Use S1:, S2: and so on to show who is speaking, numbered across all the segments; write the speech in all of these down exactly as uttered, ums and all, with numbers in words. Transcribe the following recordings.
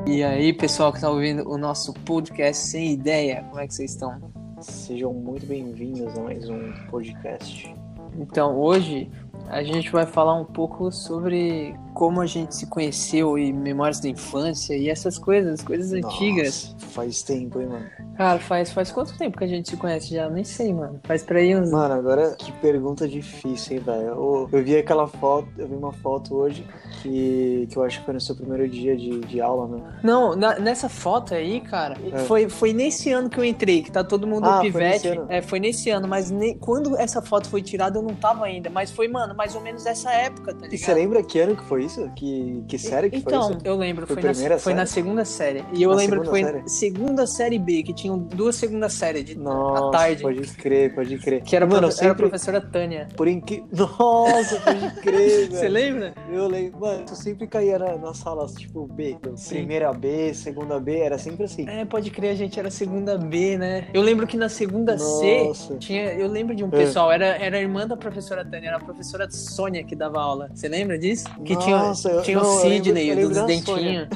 S1: E aí, pessoal que tá ouvindo o nosso podcast Sem Ideia, como é que vocês estão?
S2: Sejam muito bem-vindos a mais um podcast.
S1: Então, hoje a gente vai falar um pouco sobre como a gente se conheceu e memórias da infância e essas coisas, coisas
S2: Nossa,
S1: antigas.
S2: faz tempo, hein, mano?
S1: Cara, faz, faz quanto tempo que a gente se conhece já? Nem sei, mano. Faz pra aí uns...
S2: Mano, agora que pergunta difícil, hein, velho? Eu, eu vi aquela foto, eu vi uma foto hoje que, que eu acho que foi no seu primeiro dia de, de aula, né?
S1: Não, na- nessa foto aí, cara,
S2: É.
S1: foi, foi nesse ano que eu entrei, que tá todo mundo
S2: Ah, foi
S1: pivete.
S2: nesse ano?
S1: É, foi nesse ano, mas ne- quando essa foto foi tirada eu não tava ainda. Mas foi, mano, mais ou menos essa época, tá ligado?
S2: E você lembra que ano que foi isso? Que, que série que
S1: Então,
S2: foi isso?
S1: eu lembro,
S2: Foi
S1: foi, na,
S2: primeira
S1: foi na
S2: série?
S1: segunda série. E eu
S2: Na
S1: lembro que
S2: segunda
S1: foi
S2: série?
S1: segunda série B, que tinham duas segundas séries de,
S2: Nossa,
S1: à tarde.
S2: pode crer, pode crer.
S1: Que era,
S2: Mano, eu
S1: profe- era a
S2: sempre...
S1: professora Tânia.
S2: Por inque... Nossa, pode crer, velho.
S1: Você lembra?
S2: Eu lembro, mano, eu sempre caía na, nas salas, tipo, B.
S1: Sim.
S2: Primeira B, segunda B, era sempre assim.
S1: É, pode crer, a gente era segunda B, né? Eu lembro que na segunda
S2: Nossa.
S1: C, tinha, eu lembro de um
S2: É.
S1: pessoal, era, era a irmã da professora Tânia, era a professora Sônia que dava aula. Você lembra disso? Que
S2: Nossa, eu-
S1: tinha, tinha
S2: não,
S1: o
S2: eu lembro-
S1: Sidney,
S2: eu lembro
S1: dos
S2: da
S1: dentinhos.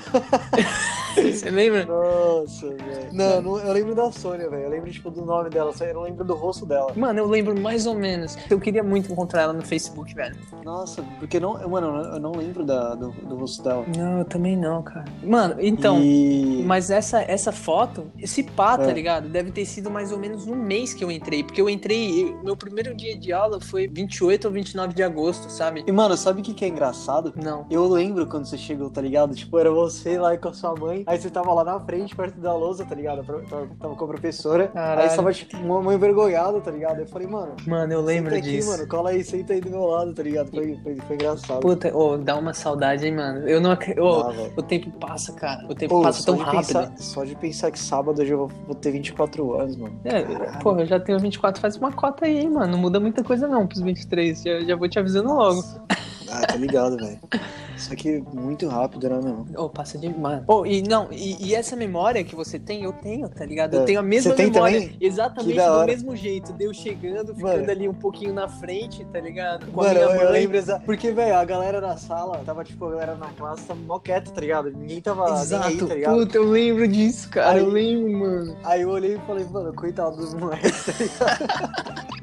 S1: Você lembra?
S2: Nossa, velho. Não, não, eu lembro da Sônia, velho. Eu lembro, tipo, do nome dela, só eu não lembro do rosto dela.
S1: Mano, eu lembro mais ou menos. Eu queria muito encontrar ela no Facebook, velho.
S2: Nossa, porque não, mano, eu não lembro da, do, do rosto dela.
S1: Não, eu também não, cara. Mano, então...
S2: E...
S1: Mas essa, essa foto, esse pá, tá
S2: É.
S1: ligado? Deve ter sido mais ou menos no mês que eu entrei. Porque eu entrei, eu- meu primeiro dia de aula foi vinte e oito ou vinte e nove de agosto, sabe?
S2: E, mano, sabe o que, que é engraçado?
S1: Não.
S2: Eu lembro quando você chegou, tá ligado? Tipo, era você lá com a sua mãe, aí você tava lá na frente, perto da lousa, tá ligado? Tava, tava com a professora,
S1: Caralho.
S2: aí você tava, tipo, uma mãe envergonhada, tá ligado? Eu falei, mano,
S1: Mano, eu lembro
S2: senta aqui,
S1: disso.
S2: mano, cola aí, senta aí do meu lado, tá ligado? Foi, foi, foi engraçado.
S1: Puta, ô, dá uma saudade, hein, mano. Eu não acredito. Ô,
S2: Dá, velho.
S1: o tempo passa, cara. O tempo
S2: Pô,
S1: passa
S2: só
S1: tão
S2: de
S1: rápido.
S2: pensar- só de pensar que sábado eu já vou, vou ter vinte e quatro anos, mano.
S1: É, pô, eu já tenho vinte e quatro, faz uma cota aí, hein, mano. Não muda muita coisa não pros vinte e três. Já, já vou te avisando logo.
S2: Ah, tá ligado, velho. Isso aqui é muito rápido, né, meu?
S1: Ô, passa de... Mano. Ô, e não, e, e essa memória que você tem, eu tenho, tá ligado? Eu
S2: É.
S1: tenho a mesma
S2: Você tem
S1: memória.
S2: também?
S1: Exatamente
S2: Que da
S1: do
S2: hora.
S1: mesmo jeito. Deu chegando, ficando
S2: Mano.
S1: ali um pouquinho na frente, tá ligado? Com a
S2: Mano,
S1: minha
S2: eu, eu
S1: mãe.
S2: lembro exato. Porque, velho, a galera na sala, tava tipo, a galera na classe tava mó quieta, tá ligado? Ninguém tava nem aí,
S1: Exato,
S2: tá ligado?
S1: puta, eu lembro disso, cara.
S2: Aí-
S1: Eu lembro, mano.
S2: Aí eu olhei e falei, mano, coitado dos moleques, tá ligado?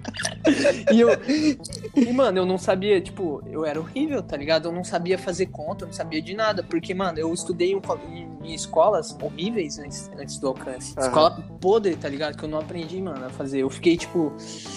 S1: E eu. E, mano, eu não sabia, tipo, eu era horrível, tá ligado? Eu não sabia fazer conta, eu não sabia de nada. Porque, mano, eu estudei em, em escolas horríveis antes, antes do alcance.
S2: Aham.
S1: Escola podre, tá ligado? Que eu não aprendi, mano, a fazer. Eu fiquei, tipo.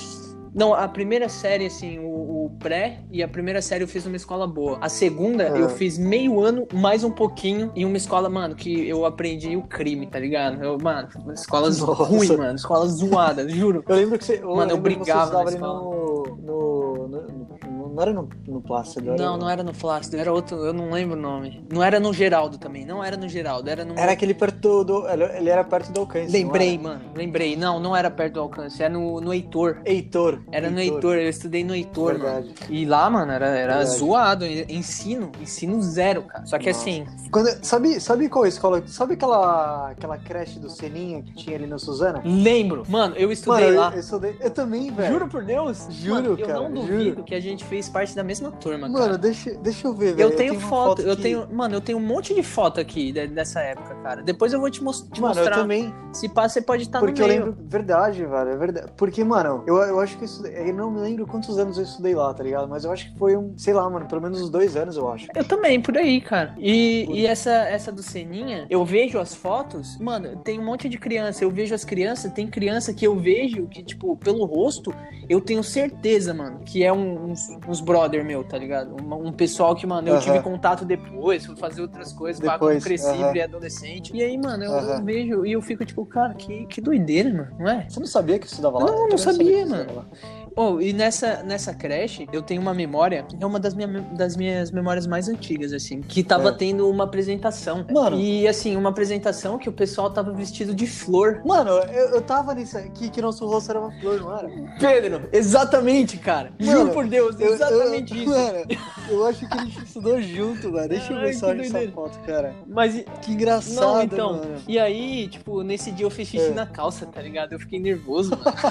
S1: Não, a primeira série, assim, o, o pré e a primeira série eu fiz numa escola boa. A segunda,
S2: Ah.
S1: eu fiz meio ano, mais um pouquinho, em uma escola, mano, que eu aprendi o crime, tá ligado? Eu, mano, escolas
S2: Nossa.
S1: ruins, mano, escolas zoadas, juro.
S2: Eu lembro que você.
S1: Mano, eu
S2: lembro que você
S1: brigava
S2: estudava
S1: na
S2: ali no, no, no, no- Não era no, no Plácido, era
S1: Não,
S2: no-
S1: não era no Flácido, era outro, eu não lembro o nome. Não era no Geraldo também, não era no Geraldo, era no...
S2: Era aquele perto do. Ele era perto do alcance.
S1: Lembrei,
S2: não
S1: mano, lembrei. Não, não era perto do alcance, era no, no Heitor.
S2: era? Heitor.
S1: Era no Heitor, eu estudei no Heitor,
S2: Verdade.
S1: mano. E lá, mano, era, era
S2: Verdade.
S1: zoado, ensino, ensino zero, cara. Só que
S2: Nossa.
S1: assim,
S2: Quando, sabe, sabe qual escola? Sabe aquela, aquela creche do Seninha que tinha ali no Suzana?
S1: lembro. Mano, eu estudei
S2: Mano,
S1: lá.
S2: Eu, eu, estudei, eu também, velho.
S1: Juro por Deus?
S2: Juro,
S1: Mano, eu
S2: cara,
S1: não duvido
S2: juro.
S1: que a gente fez parte da mesma turma,
S2: Mano,
S1: cara.
S2: deixa, deixa eu ver, velho.
S1: Eu tenho
S2: uma
S1: foto, eu
S2: que-
S1: tenho, mano, eu tenho um monte de foto aqui de- dessa época, cara. Depois eu vou te, mos- te
S2: Mano,
S1: mostrar.
S2: eu também.
S1: Se pá, você pode estar no
S2: Porque eu
S1: meio.
S2: lembro. Verdade, velho, é verdade. Porque, mano, eu, eu acho que eu estudei. Eu não me lembro quantos anos eu estudei lá, tá ligado? Mas eu acho que foi um. Sei lá, mano, pelo menos uns dois anos, eu acho.
S1: Eu também, por aí, cara. E,
S2: Por-
S1: e essa, essa do Seninha, eu vejo as fotos, mano, tem um monte de criança. Eu vejo as crianças, tem criança que eu vejo que, tipo, pelo rosto, eu tenho certeza, mano, que é um- uns, uns brother meu, tá ligado? Um, um pessoal que, mano, eu
S2: Aham.
S1: tive contato depois, fui fazer outras coisas, pá, quando
S2: Depois,
S1: cresci,
S2: aham.
S1: virei adolescente. E aí, mano, eu,
S2: Aham.
S1: eu vejo e eu fico, tipo, cara, que, que doideira, mano, não é?
S2: Você não sabia que eu estudava lá?
S1: Não,
S2: Eu
S1: não
S2: também
S1: sabia,
S2: que eu
S1: mano.
S2: estudava lá.
S1: Oh, e nessa, nessa creche, eu tenho uma memória, é uma das, minha, das minhas memórias mais antigas, assim, que tava
S2: É.
S1: tendo uma apresentação.
S2: Mano.
S1: E, assim, uma apresentação que o pessoal tava vestido de flor.
S2: Mano, eu, eu tava nisso aqui, que nosso rosto era uma flor, não era?
S1: Pedro, exatamente, cara.
S2: Mano,
S1: Juro por Deus,
S2: Eu-
S1: exatamente
S2: eu,
S1: isso.
S2: Mano, eu acho que a gente estudou junto, velho. Deixa eu
S1: Ai,
S2: ver só
S1: que
S2: essa
S1: doideira.
S2: foto, cara.
S1: Mas, e-
S2: Que engraçado,
S1: não, então,
S2: mano.
S1: e aí, tipo, nesse dia eu fiz xixi
S2: É.
S1: na calça, tá ligado? Eu fiquei nervoso, mano.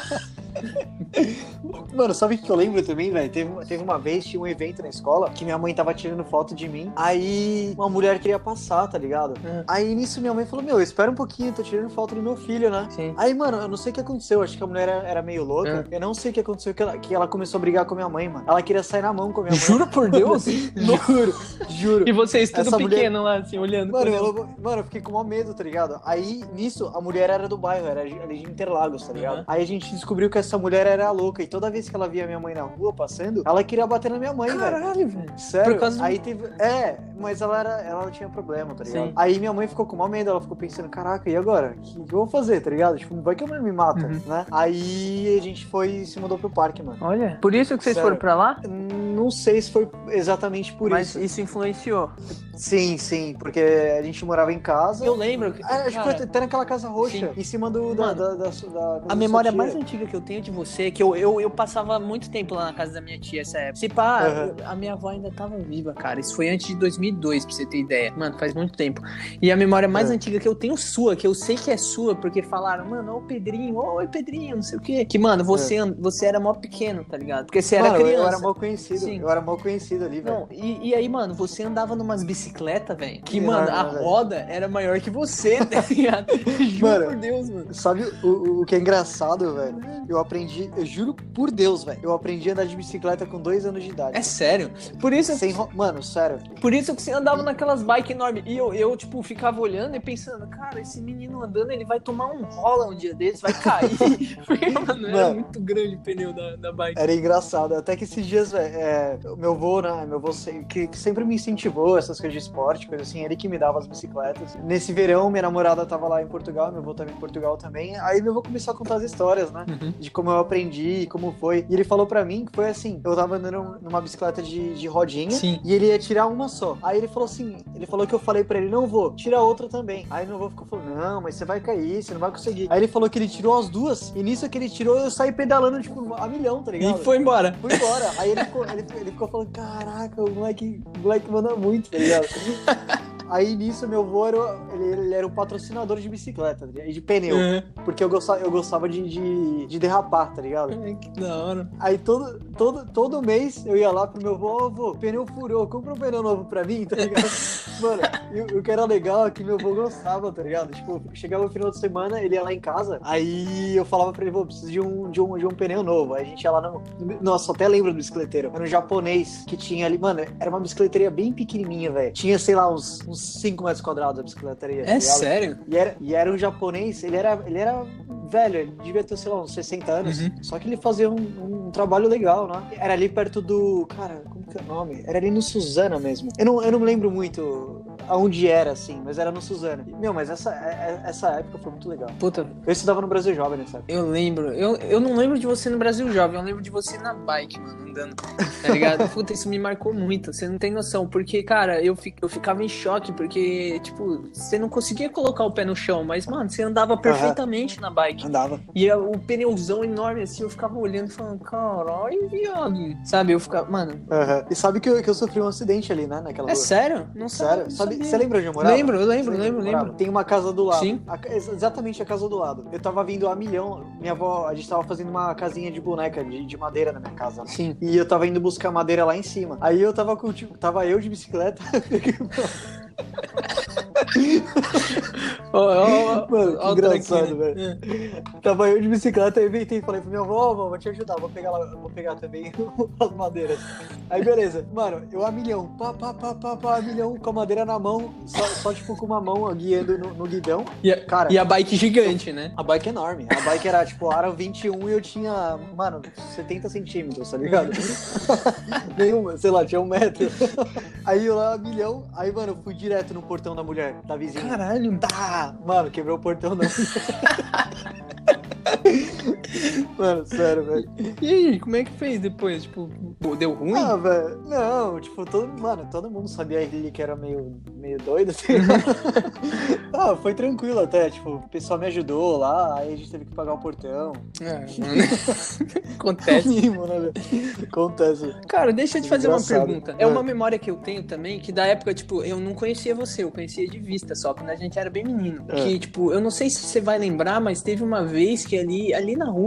S2: Mano, sabe o que eu lembro também, velho? Teve, teve uma vez, tinha um evento na escola, que minha mãe tava tirando foto de mim, aí uma mulher queria passar, tá ligado?
S1: Uhum.
S2: Aí nisso minha mãe falou, meu, espera um pouquinho, tô tirando foto do meu filho, né?
S1: Sim.
S2: Aí, mano, eu não sei o que aconteceu, acho que a mulher era, era meio louca,
S1: Uhum.
S2: eu não sei o que aconteceu, que ela, que ela começou a brigar com a minha mãe, mano. Ela queria sair na mão com a minha mãe.
S1: Jura por Deus?
S2: Juro, juro.
S1: E vocês tudo
S2: Essa
S1: pequeno
S2: mulher...
S1: lá, assim, olhando.
S2: Mano eu, mano, eu fiquei com maior medo, tá ligado? Aí, nisso, a mulher era do bairro, era ali de Interlagos, tá ligado?
S1: Uhum.
S2: Aí a gente descobriu que essa mulher era louca, e toda vez que ela via minha mãe na rua passando, ela queria bater na minha mãe, velho.
S1: Caralho, velho.
S2: Sério?
S1: Por causa
S2: Aí teve... É, mas ela, era... ela não tinha problema, tá ligado?
S1: Sim.
S2: Aí minha mãe ficou com maior medo, ela ficou pensando, caraca, e agora? O que eu vou fazer, tá ligado? Tipo, vai que a mulher me mata,
S1: Uhum.
S2: né? Aí a gente foi e se mudou pro parque, mano.
S1: Olha, por isso que vocês
S2: Sério.
S1: foram pra lá?
S2: Não sei se foi exatamente por
S1: Mas
S2: isso.
S1: isso influenciou.
S2: Sim, sim, porque a gente morava em casa.
S1: Eu lembro. que-
S2: É, acho que
S1: cara,
S2: foi até naquela casa roxa,
S1: sim.
S2: em cima do, da,
S1: Mano,
S2: da, da, da- da
S1: a memória
S2: sua
S1: mais
S2: tia.
S1: antiga que eu tenho de você é que eu, eu, eu passava muito tempo lá na casa da minha tia essa época. Se pá,
S2: Uhum.
S1: eu- a minha avó ainda tava viva, cara. Isso foi antes de dois mil e dois, pra você ter ideia. Mano, faz muito tempo. E a memória mais
S2: Uhum.
S1: antiga que eu tenho sua, que eu sei que é sua, porque falaram, mano, ó o Pedrinho, ó, oi Pedrinho, não sei o quê. Que, mano, você, an- você era mó pequeno, tá ligado? Porque você era
S2: Mano,
S1: criança.
S2: eu era mal conhecido,
S1: Sim.
S2: eu era mal conhecido ali, velho.
S1: Não, e, e aí, mano, você andava numas bicicletas, velho. Que,
S2: Que
S1: mano,
S2: raiva,
S1: a
S2: velho.
S1: roda era maior que você, tá ligado? Juro
S2: Mano,
S1: por Deus, mano.
S2: Sabe o, o, o que é engraçado, velho? Eu aprendi, eu juro por Deus, velho, eu aprendi a andar de bicicleta com dois anos de idade.
S1: É sério. Por isso,
S2: Sem ro... Mano, sério.
S1: por isso que você andava naquelas bikes enormes. E eu, eu, tipo, ficava olhando e pensando, cara, esse menino andando, ele vai tomar um rola um dia desses, vai cair. Porque, mano, era
S2: Mano.
S1: muito grande o pneu da, da bike.
S2: Era engraçado. Até que esses dias, velho, é, o meu avô, né? Meu avô se- que, que sempre me incentivou essas coisas de esporte, coisa assim, ele que me dava as bicicletas. Nesse verão, minha namorada tava lá em Portugal, meu avô tava em Portugal também. Aí meu avô começou a contar as histórias, né?
S1: Uhum.
S2: De como eu aprendi, como foi. E ele falou pra mim que foi assim: eu tava andando numa bicicleta de, de rodinha
S1: Sim.
S2: e ele ia tirar uma só. Aí ele falou assim: ele falou que eu falei pra ele, não vou, tira outra também. Aí meu avô ficou falando, não, mas você vai cair, você não vai conseguir. Aí ele falou que ele tirou as duas, e nisso que ele tirou, eu saí pedalando, tipo, a milhão, tá ligado?
S1: E foi embora.
S2: Fui embora. Aí ele ficou, ele, ele ficou falando, caraca, o moleque, o moleque manda muito, tá ligado? Aí nisso, meu avô era, ele, ele era um patrocinador de bicicleta tá ligado? E de pneu.
S1: Uhum.
S2: Porque eu gostava, eu gostava de, de, de derrapar, tá ligado?
S1: Ai, que da hora.
S2: Aí todo, todo, todo mês eu ia lá pro meu avô, avô, pneu furou, compra um pneu novo pra mim, tá ligado? Mano, e o- o que era legal é que meu avô gostava, tá ligado? Tipo, chegava no final de semana, ele ia lá em casa, aí eu falava pra ele, vô, preciso de um, de, um, de um pneu novo. Aí a gente ia lá no... Nossa, até lembro do bicicleteiro. Era um japonês que tinha ali, mano, era uma bicicleteria bem pequenininha, velho. Tinha, sei lá, uns, uns cinco metros quadrados a bicicleteria. tá
S1: É
S2: ligado?
S1: sério?
S2: E era, e era um japonês, ele era, ele era velho, ele devia ter, sei lá, uns sessenta anos.
S1: Uhum.
S2: Só que ele fazia um, um trabalho legal, né? Era ali perto do... Cara, como que é o nome? Era ali no Suzana mesmo. Eu não, eu não lembro muito aonde era, assim, mas era no Suzana. E, meu, mas essa, é- é- essa época foi muito legal.
S1: Puta,
S2: Eu estudava no Brasil Jovem nessa época.
S1: eu lembro. Eu, eu não lembro de você no Brasil Jovem, eu lembro de você na bike, mano, andando. Tá ligado? Puta, isso me marcou muito. Você não tem noção. Porque, cara, eu, fi- eu ficava em choque, porque, tipo, você não conseguia colocar o pé no chão, mas, mano, você andava perfeitamente na bike.
S2: Andava.
S1: E a- o pneuzão enorme, assim, eu ficava olhando e falando, caralho, viado. Sabe, eu ficava, mano,
S2: Aham. E sabe que eu, que eu sofri um acidente ali, né? Naquela
S1: é
S2: rua.
S1: sério? Não sabia,
S2: Sério?
S1: não
S2: Sabe,
S1: sabia.
S2: você lembra onde eu morava?
S1: Lembro, eu lembro,
S2: Você lembra
S1: lembro,
S2: onde eu morava?
S1: lembro.
S2: Tem uma casa do lado.
S1: Sim.
S2: A ca- ex- exatamente a casa do lado. Eu tava vindo a milhão. Minha avó, a gente tava fazendo uma casinha de boneca de, de madeira na minha casa.
S1: Sim.
S2: E eu tava indo buscar madeira lá em cima. Aí eu tava com, tipo, tava eu de bicicleta.
S1: Ó, ó, ó,
S2: Mano, que
S1: ó o
S2: engraçado,
S1: tranquilo.
S2: velho. Tava eu de bicicleta, aí inventei e falei pra minha avó, "Ó, vó, vou te ajudar, vou pegar lá, vou pegar também as madeiras. Aí beleza, mano, eu a milhão, pá, pá, pá, pá, pá, a milhão, com a madeira na mão, só, só tipo com uma mão ó, guiando no, no guidão.
S1: E a,
S2: Cara,
S1: e a bike gigante, né?
S2: a bike é enorme, a bike era tipo aro vinte e um e eu tinha, mano, setenta centímetros, tá ligado? Nenhuma, sei lá, tinha um metro. Aí eu lá, a milhão, aí mano, eu fui direto no portão da mulher, da vizinha.
S1: Caralho.
S2: Tá, mano, quebrou o portão não. Mano, sério, velho.
S1: E aí, como é que fez depois? Tipo, pô, deu ruim?
S2: Ah, velho, não, tipo, todo, mano, todo mundo sabia ele que era meio, meio doido, assim. Ah, foi tranquilo até, tipo, o pessoal me ajudou lá, aí a gente teve que pagar o portão.
S1: Ah, mano. Acontece.
S2: Mínimo, né, velho? Acontece.
S1: Cara, deixa eu te fazer uma
S2: Engraçado.
S1: pergunta. É
S2: É.
S1: uma memória que eu tenho também, que da época, tipo, eu não conhecia você, eu conhecia de vista só, quando a gente era bem menino.
S2: É.
S1: Que, tipo, eu não sei se você vai lembrar, mas teve uma vez que ali, ali na rua, teve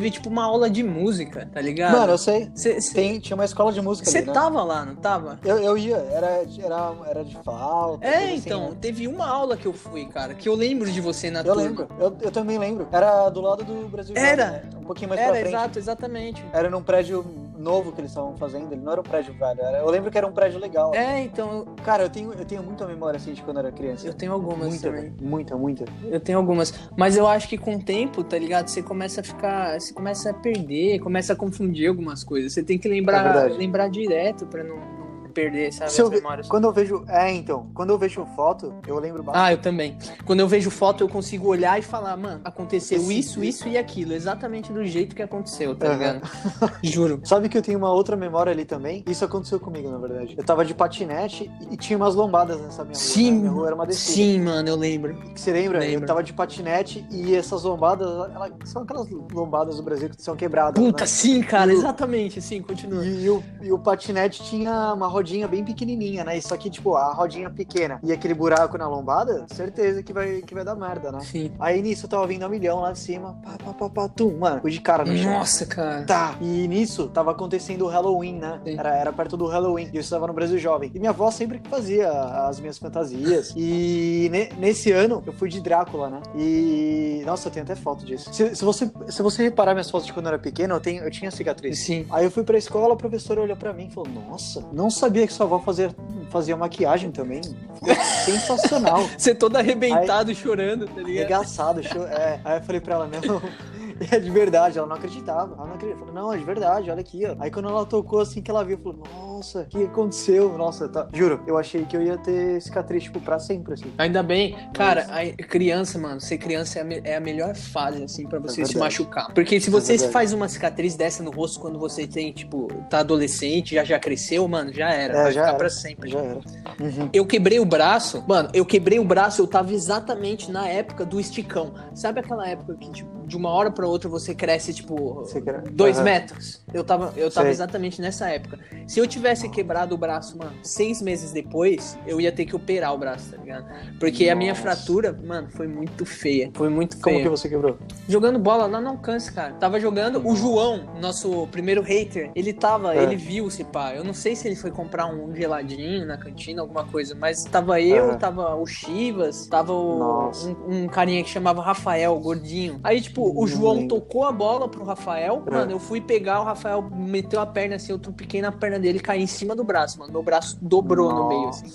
S1: teve, tipo, uma aula de música, tá ligado?
S2: Mano, eu sei.
S1: Cê, cê,
S2: Tem, tinha uma escola de música
S1: Você
S2: ali, né?
S1: tava lá, não tava?
S2: Eu, eu ia, era, era, era de flauta.
S1: É,
S2: coisa
S1: então,
S2: assim, né?
S1: teve uma aula que eu fui, cara, que eu lembro de você na
S2: Eu
S1: turma.
S2: lembro, eu, eu também lembro. Era do lado do Brasil
S1: Era.
S2: Jovem, né? Um pouquinho mais
S1: Era,
S2: pra frente.
S1: exato, exatamente.
S2: Era num prédio novo que eles estavam fazendo, ele não era um prédio velho. Era, eu lembro que era um prédio legal.
S1: É, então, eu,
S2: Cara, eu tenho, eu tenho muita memória assim de quando eu era criança.
S1: eu tenho algumas
S2: Muita,
S1: também.
S2: muita, muita.
S1: Eu tenho algumas. Mas eu acho que com o tempo, tá ligado? Você começa a ficar. Você começa a perder, começa a confundir algumas coisas. Você tem que
S2: É
S1: lembrar,
S2: verdade.
S1: lembrar direto pra não, não perder, sabe?
S2: Se
S1: As
S2: eu ve-
S1: memórias.
S2: Quando eu vejo. É, então. Quando eu vejo foto, eu lembro bastante.
S1: Ah, eu também. Quando eu vejo foto, eu consigo olhar e falar, mano, aconteceu
S2: Esse-
S1: isso, isso e aquilo. Exatamente do jeito que aconteceu, tá
S2: Aham.
S1: ligado? Juro.
S2: Sabe que eu tenho uma outra memória ali também? Isso aconteceu comigo, na verdade. Eu tava de patinete e tinha umas lombadas nessa minha rua.
S1: Sim,
S2: né? Minha rua era uma descida.
S1: sim, mano, eu lembro.
S2: Que você lembra?
S1: Lembro.
S2: Eu tava de patinete e essas lombadas, elas são aquelas lombadas do Brasil que são quebradas.
S1: Puta,
S2: né?
S1: sim, cara,
S2: E o-
S1: exatamente, sim, continua.
S2: E, e o, e o patinete tinha uma rodinha bem pequenininha, né? Isso aqui, tipo, a rodinha pequena e aquele buraco na lombada, certeza que vai, que vai dar merda, né?
S1: Sim.
S2: Aí nisso eu tava vindo a milhão lá de cima, pá, pá, pá, pá, tum, mano, fui de cara no chão.
S1: Nossa, cara.
S2: Tá, e nisso tava acontecendo o Halloween, né?
S1: Sim.
S2: Era, era perto do Halloween, e eu estava no Brasil Jovem. E minha avó sempre que fazia as minhas fantasias. E ne- nesse ano eu fui de Drácula, né? E. Nossa, eu tenho até foto disso. Se, se você, se você reparar minhas fotos de quando eu era pequeno, eu, tenho, eu tinha cicatriz.
S1: Sim.
S2: Aí eu fui pra escola, a professora olhou pra mim e falou: Nossa, não sabia que sua avó fazia, fazia maquiagem também. Ficou sensacional.
S1: Você todo arrebentado, chorando, tá ligado?
S2: Regaçado, show. É. Aí eu falei pra ela: Não. É de verdade, ela não acreditava. Ela não acreditava. Falou, não, é de verdade, olha aqui, ó. Aí quando ela tocou assim que ela viu, falou, nossa, o que aconteceu? Nossa, tá. Juro, eu achei que eu ia ter cicatriz, tipo, pra sempre, assim.
S1: Ainda bem, cara, a criança, mano, ser criança é a, me- é a melhor fase, assim, pra você
S2: É
S1: se
S2: verdade.
S1: machucar. Porque se
S2: É
S1: você
S2: verdade.
S1: faz uma cicatriz dessa no rosto quando você tem, tipo, tá adolescente, já já cresceu, mano, já era,
S2: É,
S1: vai
S2: já
S1: ficar
S2: era.
S1: pra sempre.
S2: Já era. Uhum.
S1: Eu quebrei o braço, mano, eu quebrei o braço, eu tava exatamente na época do esticão. Sabe aquela época que, tipo, de uma hora pra outra você cresce, tipo,
S2: Você quer-
S1: dois
S2: Aham.
S1: metros? Eu tava, eu tava
S2: Sei.
S1: exatamente nessa época. Se eu tivesse quebrado o braço, mano, seis meses depois, eu ia ter que operar o braço, tá ligado? Porque a minha
S2: Nossa.
S1: fratura, mano, foi muito feia. Foi muito
S2: Como
S1: feia.
S2: que você quebrou?
S1: Jogando bola lá no alcance, cara. Tava jogando. O João, nosso primeiro hater, ele tava,
S2: É.
S1: ele viu esse pá. Eu não sei se ele foi comprar um geladinho na cantina, alguma coisa, mas tava eu,
S2: É.
S1: tava o Chivas, tava o-
S2: Nossa.
S1: um, um carinha que chamava Rafael, gordinho. Aí, tipo, o
S2: Não
S1: João
S2: lembro.
S1: tocou a bola pro Rafael,
S2: É.
S1: mano, eu fui pegar, o Rafael meteu a perna assim, eu trupiquei na perna dele e caí em cima do braço, mano. Meu braço dobrou no meio, assim.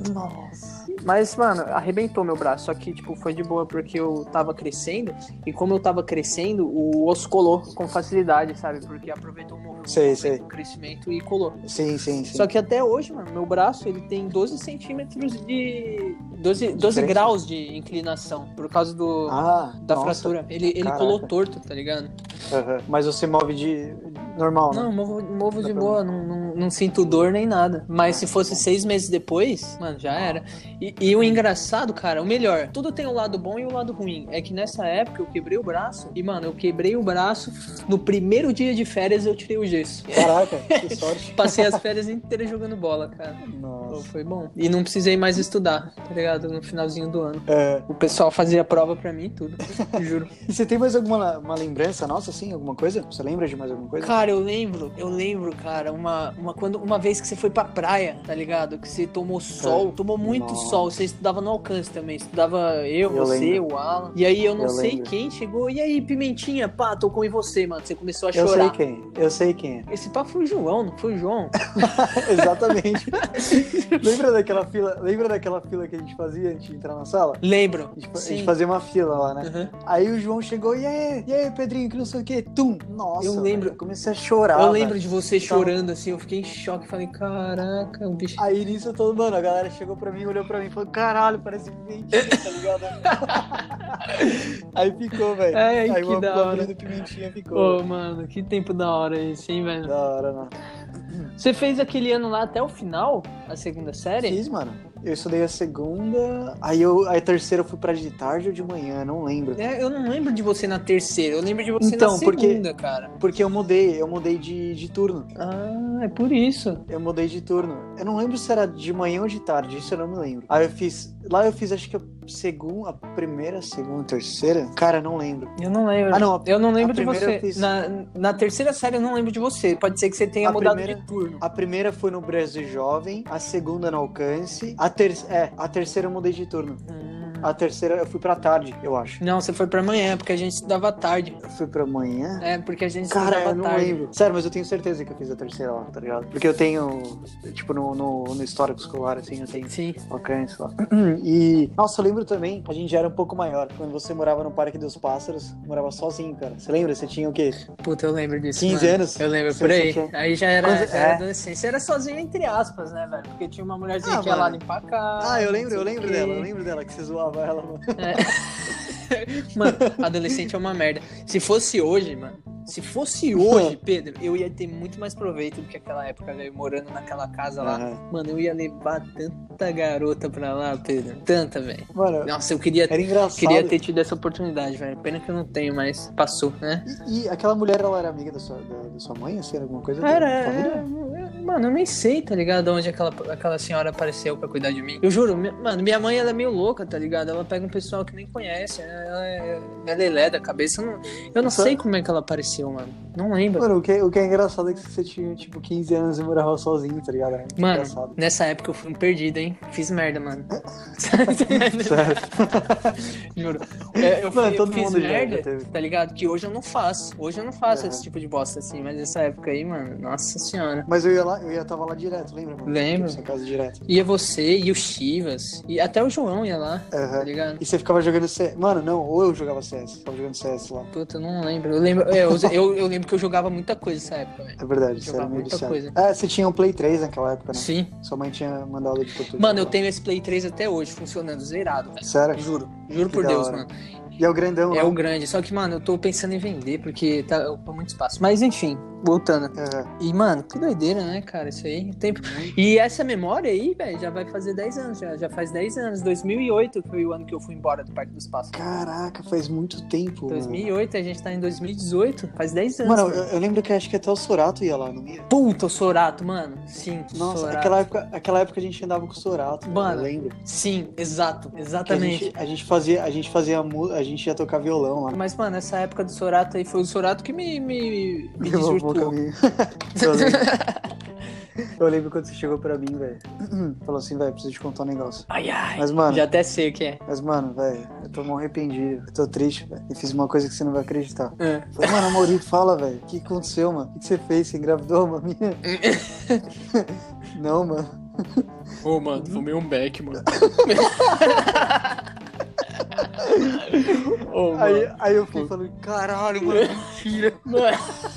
S2: Nossa.
S1: Mas, mano, arrebentou meu braço. Só que, tipo, foi de boa porque eu tava crescendo. E como eu tava crescendo, o osso colou com facilidade, sabe? Porque aproveitou o movimento
S2: Sei, sei.
S1: do crescimento e colou.
S2: Sim, sim, sim.
S1: Só que até hoje, mano, meu braço, ele tem doze centímetros de... doze, doze
S2: Diferença?
S1: graus de inclinação. Por causa do...
S2: Ah,
S1: da
S2: nossa.
S1: fratura. Ele, ele
S2: Caraca.
S1: colou torto, tá ligado?
S2: Aham. Mas você move de normal, né?
S1: Não, movo, movo
S2: Dá
S1: de
S2: pra-
S1: boa, não, não, não sinto dor nem nada. Mas se fosse seis meses depois, mano, já era. E, e o engraçado, cara, o melhor, tudo tem o lado bom e o lado ruim. É que nessa época eu quebrei o braço e, mano, eu quebrei o braço. No primeiro dia de férias eu tirei o gesso.
S2: Caraca, que sorte.
S1: Passei as férias inteiras jogando bola, cara. Pô,
S2: Nossa.
S1: foi bom. E não precisei mais estudar, tá ligado? No finalzinho do ano.
S2: É,
S1: O pessoal fazia prova pra mim e tudo. Juro.
S2: e você tem mais alguma uma lembrança nossa, assim? Alguma coisa? Você lembra de mais alguma coisa?
S1: Cara, eu lembro, eu lembro, cara, uma, uma, quando, uma vez que você foi pra praia, tá ligado? Que você tomou sol, tomou muito
S2: Nossa.
S1: sol. Você estudava no alcance também. Estudava eu,
S2: Eu
S1: você,
S2: lembro.
S1: o Alan. E aí eu não
S2: Eu
S1: sei
S2: lembro.
S1: quem chegou. E aí, Pimentinha, pá, tocou em você, mano. Você começou a
S2: Eu sei
S1: chorar.
S2: quem, eu sei quem é.
S1: Esse pá foi o João, não foi o João?
S2: Exatamente. lembra daquela fila, lembra daquela fila que a gente fazia antes de entrar na sala?
S1: Lembro.
S2: A gente, a
S1: Sim.
S2: gente fazia uma fila lá, né?
S1: Uhum.
S2: Aí o João chegou, e aí, e aí, Pedrinho, que não sei o que, tum! Nossa,
S1: Eu lembro.
S2: velho, eu comecei a chorar.
S1: Eu lembro
S2: velho.
S1: de você
S2: Tava-
S1: chorando assim, eu fiquei em choque. Falei, caraca, o bicho.
S2: Aí nisso todo, mano, a galera chegou pra mim, olhou pra mim e falou, caralho, parece Pimentinha, tá ligado? Aí ficou, velho.
S1: Ai,
S2: Aí
S1: que
S2: o
S1: da
S2: bagulho
S1: hora.
S2: do Pimentinha ficou.
S1: Pô,
S2: velho.
S1: mano, que tempo da hora esse, hein, velho?
S2: Da hora, mano.
S1: Você fez aquele ano lá até o final, a segunda série?
S2: Fiz, mano. Eu estudei a segunda, aí eu, aí a terceira eu fui pra de tarde ou de manhã, não lembro.
S1: É, eu não lembro de você na terceira, eu lembro de você
S2: Então,
S1: na
S2: porque-
S1: segunda, cara.
S2: Porque eu mudei, eu mudei de, de turno.
S1: Ah, Ah, é por isso.
S2: Eu mudei de turno. Eu não lembro se era de manhã ou de tarde, isso eu não me lembro. Aí eu fiz. Lá eu fiz acho que a segunda, a primeira, segunda, terceira. Cara, não lembro.
S1: Eu não lembro.
S2: Ah, não. A,
S1: eu não lembro de
S2: primeira
S1: você.
S2: Eu fiz...
S1: na, na terceira série eu não lembro de você. Pode ser que você tenha
S2: a
S1: mudado
S2: primeira,
S1: de turno.
S2: A primeira foi no Brasil Jovem, a segunda no Alcance. A, ter... é, a terceira eu mudei de turno. Hum. A terceira eu fui pra tarde, eu acho.
S1: Não, você foi pra manhã, porque a gente estudava tarde.
S2: Eu fui pra manhã?
S1: É, porque a gente
S2: Cara,
S1: estudava
S2: eu não
S1: tarde.
S2: lembro. Sério, mas eu tenho certeza que eu fiz a terceira lá, tá ligado? Porque eu tenho, tipo, no, no, no histórico escolar, assim, eu tenho
S1: Sim.
S2: alcance lá. E, nossa, eu lembro também, a gente já era um pouco maior. Quando você morava no Parque dos Pássaros, morava sozinho, cara. Você lembra? Você tinha o quê?
S1: Puta, eu lembro disso,
S2: quinze
S1: mano.
S2: anos?
S1: Eu lembro,
S2: Você
S1: por aí.
S2: tinha...
S1: Aí já era,
S2: Quando...
S1: já era
S2: é.
S1: adolescente. Você era sozinho, entre aspas, né, velho? Porque tinha uma mulherzinha
S2: Ah,
S1: que ia lá
S2: mano.
S1: limpar a casa.
S2: Ah, eu lembro, eu
S1: não sei
S2: lembro
S1: o quê.
S2: dela. Eu lembro dela, que você zoava ela, mano.
S1: É. Mano, adolescente é uma merda. Se fosse hoje, mano, se fosse hoje, Pedro, eu ia ter muito mais proveito do que aquela época, velho, morando naquela casa lá.
S2: Uhum.
S1: Mano, eu ia levar tanta garota pra lá, Pedro. Tanta, velho.
S2: Mano,
S1: nossa, eu queria,
S2: era engraçado.
S1: queria ter tido essa oportunidade, velho. Pena que eu não tenho, mas passou, né?
S2: E, e aquela mulher, ela era amiga da sua, da, da sua mãe, assim, era alguma coisa
S1: Era,
S2: da família?
S1: é, mano, eu nem sei, tá ligado? Onde aquela, aquela senhora apareceu pra cuidar de mim. Eu juro, mi- mano, minha mãe, ela é meio louca, tá ligado? Ela pega um pessoal que nem conhece, ela é, é lelé da cabeça. Eu não, eu não
S2: Só-
S1: sei como é que ela apareceu, mano. Não lembro.
S2: Mano, o que, o que é engraçado é que você tinha, tipo, quinze anos e morava sozinho, tá ligado? Era muito
S1: Mano,
S2: engraçado.
S1: nessa época eu fui um perdido, hein? Fiz merda, mano.
S2: Sério.
S1: Juro. É, eu,
S2: Mano,
S1: fui-
S2: todo
S1: eu fiz
S2: mundo já-
S1: merda,
S2: já teve.
S1: tá ligado? Que hoje eu não faço. Hoje eu não faço
S2: Uhum.
S1: esse tipo de bosta assim, mas nessa época aí, mano, nossa senhora.
S2: Mas eu ia lá, eu ia tava lá direto, lembra, mano?
S1: Lembro.
S2: Na sua casa direto.
S1: Ia você, e o Chivas, e até o João ia lá, tá
S2: Aham.
S1: ligado?
S2: E você ficava jogando C S. Mano, não, ou eu jogava C S. Ficava jogando C S lá.
S1: Puta, eu não lembro. Eu lembro, é, eu, eu, eu lembro que eu jogava muita coisa nessa época, velho.
S2: É verdade, você era
S1: Jogava
S2: meio
S1: muita
S2: viciado.
S1: coisa.
S2: Ah, você tinha um Play três naquela época, né?
S1: Sim.
S2: Sua mãe tinha mandado de foto.
S1: Mano, eu tenho esse Play três até hoje, funcionando, zerado, velho.
S2: Sério?
S1: Juro, juro
S2: Que
S1: por
S2: da
S1: Deus,
S2: hora.
S1: mano.
S2: E é o grandão,
S1: É
S2: né?
S1: o grande. Só que, mano, eu tô pensando em vender, porque tá ocupa muito espaço. Mas, enfim, voltando.
S2: Aham.
S1: E, mano, que doideira, né, cara? Isso aí. Tempo... E essa memória aí, velho, já vai fazer dez anos. Já, já faz dez anos. dois mil e oito foi o ano que eu fui embora do Parque dos Pássaros.
S2: Caraca, faz muito tempo,
S1: dois mil e
S2: mano.
S1: oito, a gente tá em dois mil e dezoito. Faz dez anos.
S2: Mano,
S1: velho.
S2: eu, eu lembro que acho que até o Sorato ia lá, não ia?
S1: Puta, o Sorato, mano. Sim,
S2: Nossa,
S1: Sorato.
S2: aquela época, aquela época a gente andava com o Sorato,
S1: Mano,
S2: eu lembro.
S1: Sim, exato.
S2: Que a
S1: Exatamente.
S2: gente, a gente fazia, a gente fazia mu- a gente ia tocar violão lá.
S1: Mas, mano, essa época do Sorato aí foi o Sorato que me, me, me
S2: Levou um bom
S1: desvirtuou.
S2: caminho. Eu lembro. Eu lembro quando você chegou pra mim, velho. Falou assim, velho, preciso te contar um negócio.
S1: Ai, ai.
S2: Mas, mano,
S1: Já até sei o que é.
S2: mas, mano, velho, eu tô mal arrependido. Eu tô triste, velho. E fiz uma coisa que você não vai acreditar.
S1: É.
S2: Falei, mano, Maurício, fala, velho. O que aconteceu, mano? O que você fez? Você engravidou uma minha? Não, mano.
S1: Ô, mano, fumei um beck, mano. Ô, mano.
S2: Aí, aí eu fiquei falando, caralho, mano, mentira.
S1: Mano.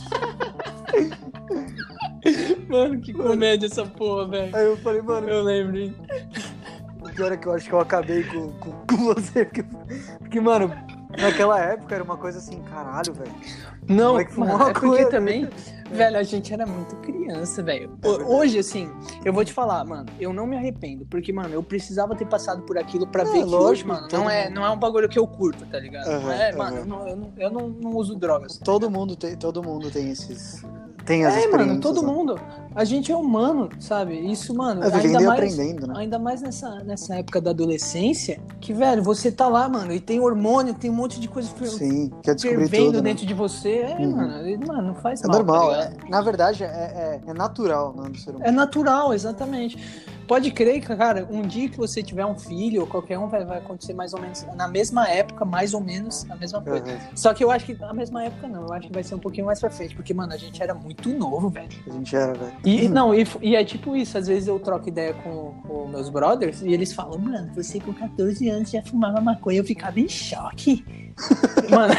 S1: Mano, que comédia essa porra, velho.
S2: Aí eu falei, mano,
S1: Eu lembro, hein?
S2: o pior é que eu acho que eu acabei com, com, com você. Porque, porque, mano, naquela época era uma coisa assim, caralho, velho.
S1: Não,
S2: Como é que fumou
S1: mano,
S2: uma
S1: é porque
S2: coisa?
S1: também, velho, a gente era muito criança, velho. Ho- Hoje, assim, eu vou te falar, mano, eu não me arrependo, porque, mano, eu precisava ter passado por aquilo pra
S2: É,
S1: ver que
S2: lógico,
S1: hoje, mano,
S2: todo
S1: não é,
S2: mundo.
S1: não é um bagulho que eu curto, tá ligado? Não
S2: Aham,
S1: é,
S2: aham.
S1: mano, eu, não, eu, não, eu não, não uso drogas.
S2: Todo mundo tem, todo mundo tem esses. Tem as
S1: É,
S2: experiências.
S1: mano, todo
S2: né?
S1: mundo. A gente é humano, sabe? Isso, mano,
S2: É vivendo
S1: ainda
S2: e
S1: mais,
S2: aprendendo, né?
S1: ainda mais nessa, nessa época da adolescência, que, velho, você tá lá, mano, e tem hormônio, tem um monte de coisa fer-
S2: Sim, quer descobrir
S1: fervendo
S2: tudo. Né?
S1: dentro de você. É,
S2: Uhum.
S1: mano, e, mano, não faz
S2: É
S1: mal.
S2: normal,
S1: tá
S2: é,
S1: ligado?
S2: na verdade é, é, é natural né, do ser humano.
S1: É natural, exatamente. Pode crer que, cara, um dia que você tiver um filho ou qualquer um, vai, vai acontecer mais ou menos na mesma época, mais ou menos a mesma coisa.
S2: Uhum.
S1: Só que eu acho que na mesma época não, eu acho que vai ser um pouquinho mais pra frente, porque, mano, a gente era muito novo, velho.
S2: A gente era, velho.
S1: E, não, e, e é tipo isso, às vezes eu troco ideia com, com meus brothers e eles falam, mano, você com catorze anos já fumava maconha, eu ficava em choque. Mano.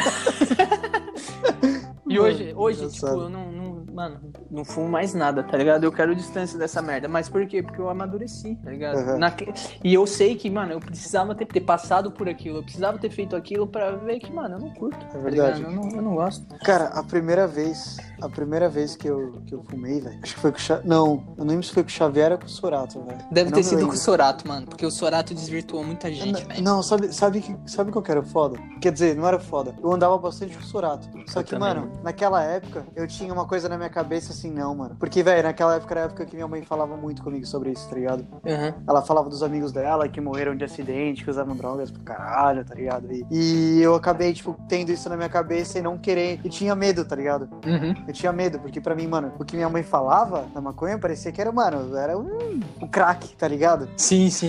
S1: E hoje,
S2: Mano,
S1: hoje
S2: engraçado.
S1: tipo, eu não, não, mano, não fumo mais nada, tá ligado? Eu quero distância dessa merda. Mas por quê? Porque eu amadureci, tá ligado?
S2: Uhum.
S1: Naque- E eu sei que, mano, eu precisava ter, ter passado por aquilo, eu precisava ter feito aquilo pra ver que, mano, eu não curto, tá
S2: verdade.
S1: ligado? Eu não, eu não gosto.
S2: Cara, a primeira vez, a primeira vez que eu, que eu fumei, velho, acho que foi com o Xa... Não, eu não lembro se foi com o Xavier ou com o Sorato, velho.
S1: Deve
S2: Eu
S1: ter
S2: não
S1: sido
S2: me
S1: com o
S2: lembro.
S1: Sorato, mano, porque o Sorato desvirtuou muita gente,
S2: Não,
S1: velho.
S2: não, sabe, sabe, que, sabe qual que era o foda? Quer dizer, não era foda. Eu andava bastante com o Sorato. Só
S1: Eu
S2: que,
S1: também.
S2: mano, naquela época, eu tinha uma coisa na minha minha cabeça assim, não, mano. Porque, velho, naquela época era a época que minha mãe falava muito comigo sobre isso, tá ligado?
S1: Uhum.
S2: Ela falava dos amigos dela que morreram de acidente, que usavam drogas pro caralho, tá ligado? E, e eu acabei, tipo, tendo isso na minha cabeça e não querer. E tinha medo, tá ligado?
S1: Uhum.
S2: Eu tinha medo, porque pra mim, mano, o que minha mãe falava da maconha parecia que era, mano, era um, um crack, tá ligado?
S1: Sim, sim.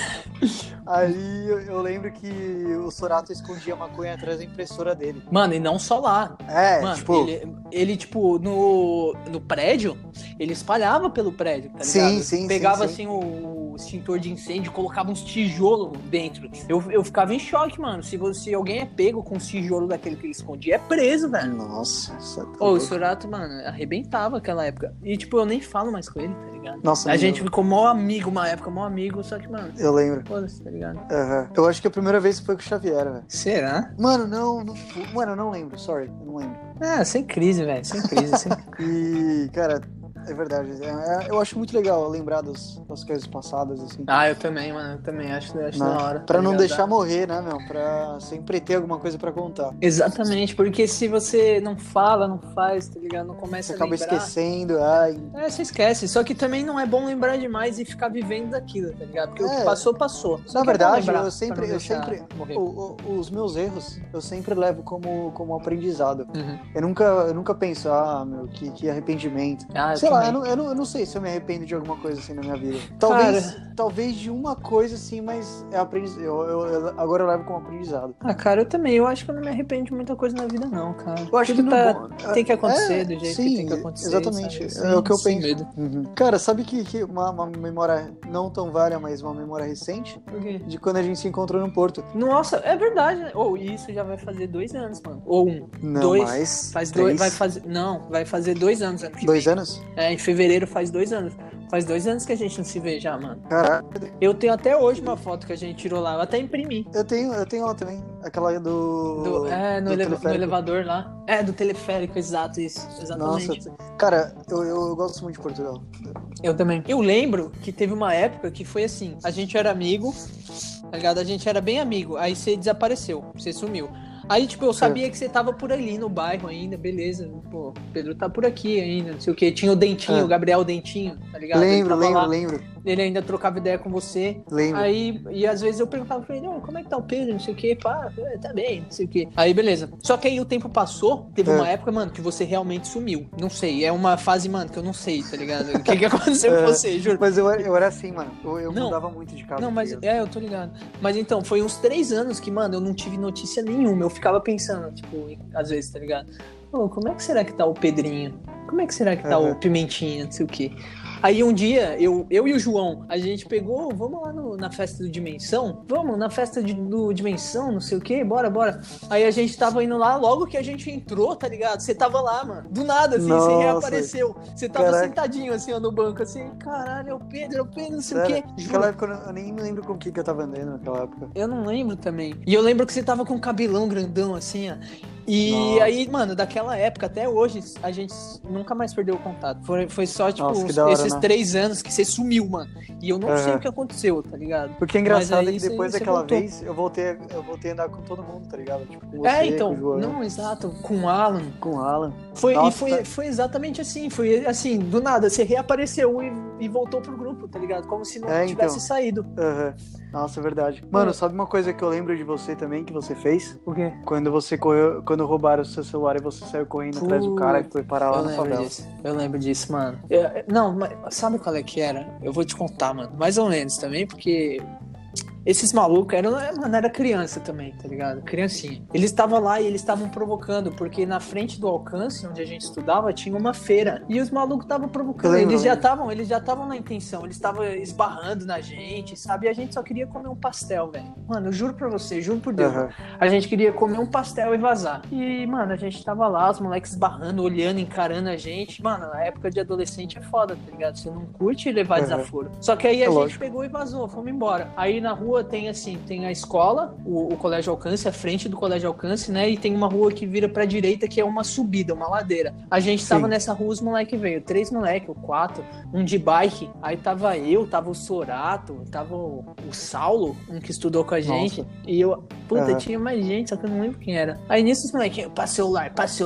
S2: Aí eu, eu lembro que o Sorato escondia a maconha atrás da impressora dele.
S1: Mano, e não só lá.
S2: É,
S1: Mano,
S2: tipo...
S1: ele, ele, tipo, no, no prédio, ele espalhava pelo prédio, tá ligado?
S2: Sim, sim,
S1: Pegava,
S2: sim, sim.
S1: assim, o, o extintor de incêndio, colocava uns tijolos dentro. Eu, eu ficava em choque, mano. Se, você, se alguém é pego com os tijolos daquele que ele escondia, é preso, velho.
S2: Nossa, isso é tão
S1: Ô, o
S2: louco.
S1: Sorato, mano, arrebentava aquela época. E, tipo, eu nem falo mais com ele, tá ligado?
S2: Nossa,
S1: a
S2: meu.
S1: gente ficou mó amigo uma época, mó amigo, só que, mano,
S2: Eu lembro.
S1: foda-se, tá ligado?
S2: Uhum. Eu acho que a primeira vez foi com o Xavier, velho.
S1: Será?
S2: Mano, não, não. Mano, eu não lembro, sorry, eu não lembro.
S1: Ah, sem crise, velho, sem crise, sem...
S2: E, cara, é verdade. É, é, eu acho muito legal lembrar das, das coisas passadas, assim.
S1: Ah, eu também, mano, eu também acho, acho
S2: Né?
S1: da hora.
S2: Pra
S1: tá
S2: não
S1: ligado?
S2: deixar morrer, né, meu? Pra sempre ter alguma coisa pra contar.
S1: Exatamente, porque se você não fala, não faz, tá ligado? Não começa
S2: Você
S1: a
S2: acaba
S1: lembrar...
S2: esquecendo, ai.
S1: É, você esquece. Só que também não é bom lembrar demais e ficar vivendo daquilo, tá ligado? Porque o
S2: É.
S1: que passou, passou. Só
S2: Na
S1: que é bom
S2: verdade,
S1: lembrar
S2: eu
S1: pra
S2: sempre,
S1: não
S2: eu
S1: deixar
S2: sempre,
S1: morrer.
S2: o- o- os meus erros, eu sempre levo como, como aprendizado.
S1: Uhum.
S2: Eu nunca, eu nunca penso, ah, meu, que, que arrependimento.
S1: Ah, eu
S2: Sei lá, eu
S1: também.
S2: não, eu, não, eu não sei se eu me arrependo de alguma coisa assim na minha vida. Talvez, talvez de uma coisa assim, mas é aprendiz... eu, eu, eu- agora eu levo como aprendizado.
S1: Ah, cara, eu também. Eu acho que eu não me arrependo de muita coisa na vida, não, cara.
S2: Eu acho
S1: Tudo
S2: que no
S1: tá...
S2: bom-
S1: tem que acontecer
S2: é,
S1: do jeito
S2: sim,
S1: que tem que acontecer.
S2: exatamente.
S1: sabe?
S2: É o que eu
S1: Sem
S2: penso.
S1: medo.
S2: Uhum. Cara, sabe que, que uma, uma memória não tão velha, mas uma memória recente,
S1: Por quê?
S2: de quando a gente se encontrou no Porto.
S1: Nossa, é verdade, né? Ou isso já vai fazer dois anos, mano. Ou um.
S2: Não,
S1: dois.
S2: mais.
S1: Faz
S2: três,
S1: dois. Vai fazer. Não, vai fazer dois anos ano que
S2: Dois
S1: vem.
S2: anos?
S1: É, em fevereiro faz dois anos. Faz dois anos que a gente não se vê já, mano.
S2: Caraca.
S1: Eu tenho até hoje uma foto que a gente tirou lá. Eu até imprimi.
S2: Eu tenho, eu tenho ela também. Aquela do.
S1: Do- é, no,
S2: do
S1: eleva- no
S2: teleférico.
S1: elevador lá. É, do teleférico, exato, isso. Exatamente.
S2: Nossa, cara, eu, eu, eu gosto muito de Portugal.
S1: Eu também. Eu lembro que teve uma época que foi assim: a gente era amigo, tá ligado? A gente era bem amigo. Aí você desapareceu, você sumiu. Aí, tipo, eu sabia que você tava por ali no bairro ainda, beleza. Pô, o Pedro tá por aqui ainda, não sei o quê. Tinha o Dentinho,
S2: É.
S1: o Gabriel Dentinho, tá ligado? Ele
S2: Lembro,
S1: tava
S2: lembro,
S1: lá.
S2: lembro.
S1: Ele ainda trocava ideia com você.
S2: Lembro.
S1: Aí, e às vezes eu perguntava pra ele, oh, como é que tá o Pedro, não sei o quê, pá, é, tá bem, não sei o quê. Aí, beleza. Só que aí o tempo passou, teve
S2: É.
S1: uma época, mano, que você realmente sumiu. Não sei, é uma fase, mano, que eu não sei, tá ligado? O que que aconteceu
S2: É.
S1: com você, juro.
S2: Mas eu, eu era assim, mano. Eu, eu
S1: Não.
S2: mudava muito de casa.
S1: Não,
S2: tá
S1: mas
S2: ligado?
S1: é, eu tô ligado. Mas então, foi uns três anos que, mano, eu não tive notícia nenhuma. Eu ficava pensando, tipo, às vezes, tá ligado? Pô, como é que será que tá o Pedrinho? Como é que será que tá
S2: Uhum.
S1: o Pimentinha, não sei o quê? Aí um dia, eu, eu e o João, a gente pegou, vamos lá no- na festa do Dimensão? Vamos, na festa de- do Dimensão, não sei o quê, bora, bora. Aí a gente tava indo lá, logo que a gente entrou, tá ligado? Você tava lá, mano. Do nada, assim,
S2: Nossa.
S1: você reapareceu. Você tava
S2: Caraca.
S1: sentadinho, assim, ó, no banco, assim, caralho, é o Pedro, é o Pedro, não sei o
S2: Sério,
S1: quê. Juro.
S2: naquela época eu, não- eu nem me lembro com o que, que eu tava andando naquela época.
S1: Eu não lembro também. E eu lembro que você tava com um cabelão grandão, assim, ó. E
S2: Nossa.
S1: aí, mano, daquela época até hoje, a gente nunca mais perdeu o contato. Foi, foi só, tipo,
S2: Nossa, que
S1: os-
S2: da hora,
S1: esses
S2: né?
S1: três anos que você sumiu, mano. E eu não
S2: Aham.
S1: sei o que aconteceu, tá ligado?
S2: Porque é engraçado
S1: Mas
S2: é
S1: aí
S2: que
S1: você-
S2: depois
S1: você
S2: daquela
S1: voltou.
S2: vez eu voltei, a- eu voltei a andar com todo mundo, tá ligado? Tipo, com você,
S1: é, então,
S2: com o João,
S1: não, exato, com o Alan.
S2: com o Alan.
S1: Foi,
S2: Nossa.
S1: e foi, foi exatamente assim, foi assim, do nada, você reapareceu e, e voltou pro grupo, tá ligado? Como se não
S2: É,
S1: tivesse
S2: então.
S1: saído.
S2: Aham. Nossa, é verdade. Mano,
S1: Ah.
S2: sabe uma coisa que eu lembro de você também, que você fez?
S1: Por quê?
S2: Quando você correu, quando roubaram o seu celular e você saiu correndo atrás do cara e foi parar lá
S1: Eu
S2: na
S1: lembro
S2: favela.
S1: disso, eu lembro disso, mano. Eu- não, mas sabe qual é que era? Eu vou te contar, mano. Mais ou menos também, porque esses malucos eram, mano, era criança também, tá ligado? Criancinha. Eles estavam lá e eles estavam provocando, porque na frente do Alcance, onde a gente estudava, tinha uma feira. E os malucos estavam provocando.
S2: Eu lembro,
S1: Eles já
S2: eu lembro.
S1: estavam, eles já estavam na intenção, eles estavam esbarrando na gente, sabe? E a gente só queria comer um pastel, velho. Mano, eu juro pra você, juro por Deus.
S2: Aham.
S1: A gente queria comer um pastel e vazar. E, mano, a gente tava lá, os moleques barrando, olhando, encarando a gente. Mano, a época de adolescente é foda, tá ligado? Você não curte levar
S2: Uhum.
S1: desaforo. Só que aí a
S2: É
S1: gente
S2: lógico.
S1: pegou e vazou, fomos embora. Aí na rua tem assim, tem a escola, o, o Colégio Alcance, a frente do Colégio Alcance, né? E tem uma rua que vira pra direita, que é uma subida, uma ladeira. A gente
S2: Sim.
S1: tava nessa rua, os moleques veio. Três moleques, ou quatro, um de bike. Aí tava eu, tava o Sorato, tava o, o Saulo, um que estudou com a gente.
S2: Nossa.
S1: E eu, puta,
S2: Aham.
S1: tinha mais gente, só que eu não lembro quem era. Aí nisso os moleques, passa celular, passa celular.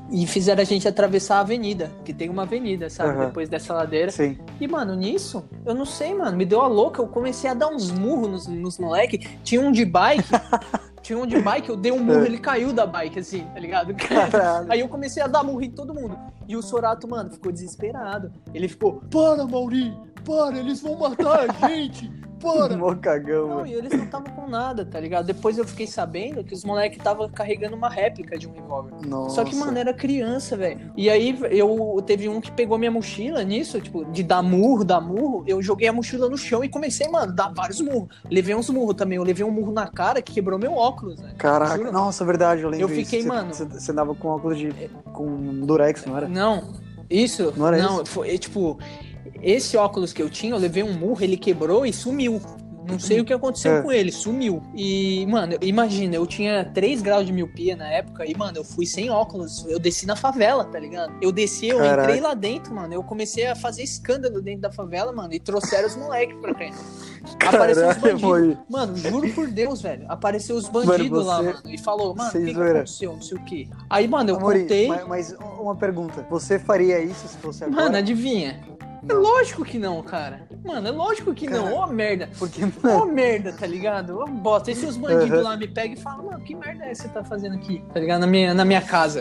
S1: E fizeram a gente atravessar a avenida, que tem uma avenida, sabe?
S2: Uhum.
S1: Depois dessa ladeira.
S2: Sim.
S1: E, mano, nisso, eu não sei, mano, me deu a louca, eu comecei a dar uns murros nos, nos moleques. Tinha um de bike, tinha um de bike, eu dei um murro, ele caiu da bike, assim, tá ligado?
S2: Caralho.
S1: Aí eu comecei a dar murro em todo mundo. E o Sorato, mano, ficou desesperado. Ele ficou, para, Mauri, para, eles vão matar a gente. Para!
S2: Mó cagão,
S1: Não,
S2: mano.
S1: e eles não estavam com nada, tá ligado? Depois eu fiquei sabendo que os moleques estavam carregando uma réplica de um revólver.
S2: Nossa.
S1: Só que, mano, era criança, velho. E aí eu teve um que pegou minha mochila nisso, tipo, de dar murro, dar murro. Eu joguei a mochila no chão e comecei, mano, dar vários murros. Levei uns murros também. Eu levei um murro na cara que quebrou meu óculos, velho.
S2: Caraca,
S1: Juro.
S2: nossa, verdade, eu lembro
S1: Eu fiquei,
S2: isso.
S1: mano-
S2: Você, você andava com óculos de... com durex, não era?
S1: Não, isso.
S2: Não era
S1: não,
S2: isso?
S1: foi tipo, esse óculos que eu tinha, eu levei um murro, ele quebrou e sumiu. Não sei o que aconteceu
S2: É.
S1: com ele, sumiu. E, mano, imagina, eu tinha três graus de miopia na época e, mano, eu fui sem óculos. Eu desci na favela, tá ligado? Eu desci, eu
S2: Caraca.
S1: entrei lá dentro, mano. Eu comecei a fazer escândalo dentro da favela, mano, e trouxeram os moleques pra cá. Apareceu os
S2: Caralho,
S1: bandidos.
S2: Mauri.
S1: Mano, juro por Deus, velho. Apareceu os bandidos
S2: Mano,
S1: lá,
S2: você-
S1: mano. E falou, mano, o
S2: Sem
S1: que, que
S2: zoeira.
S1: aconteceu? Não sei o quê. Aí, mano, eu
S2: Amori,
S1: contei.
S2: mas, mas uma pergunta. Você faria isso se fosse agora?
S1: Mano, adivinha? É lógico que não, cara. Mano, é lógico que não.
S2: Cara,
S1: Ó, merda.
S2: Porque,
S1: Ó, merda, tá ligado? Ó, bosta. E se os bandidos
S2: Uhum.
S1: lá me pegam e falam, mano, que merda é essa que você tá fazendo aqui? Tá ligado? Na minha, na minha casa.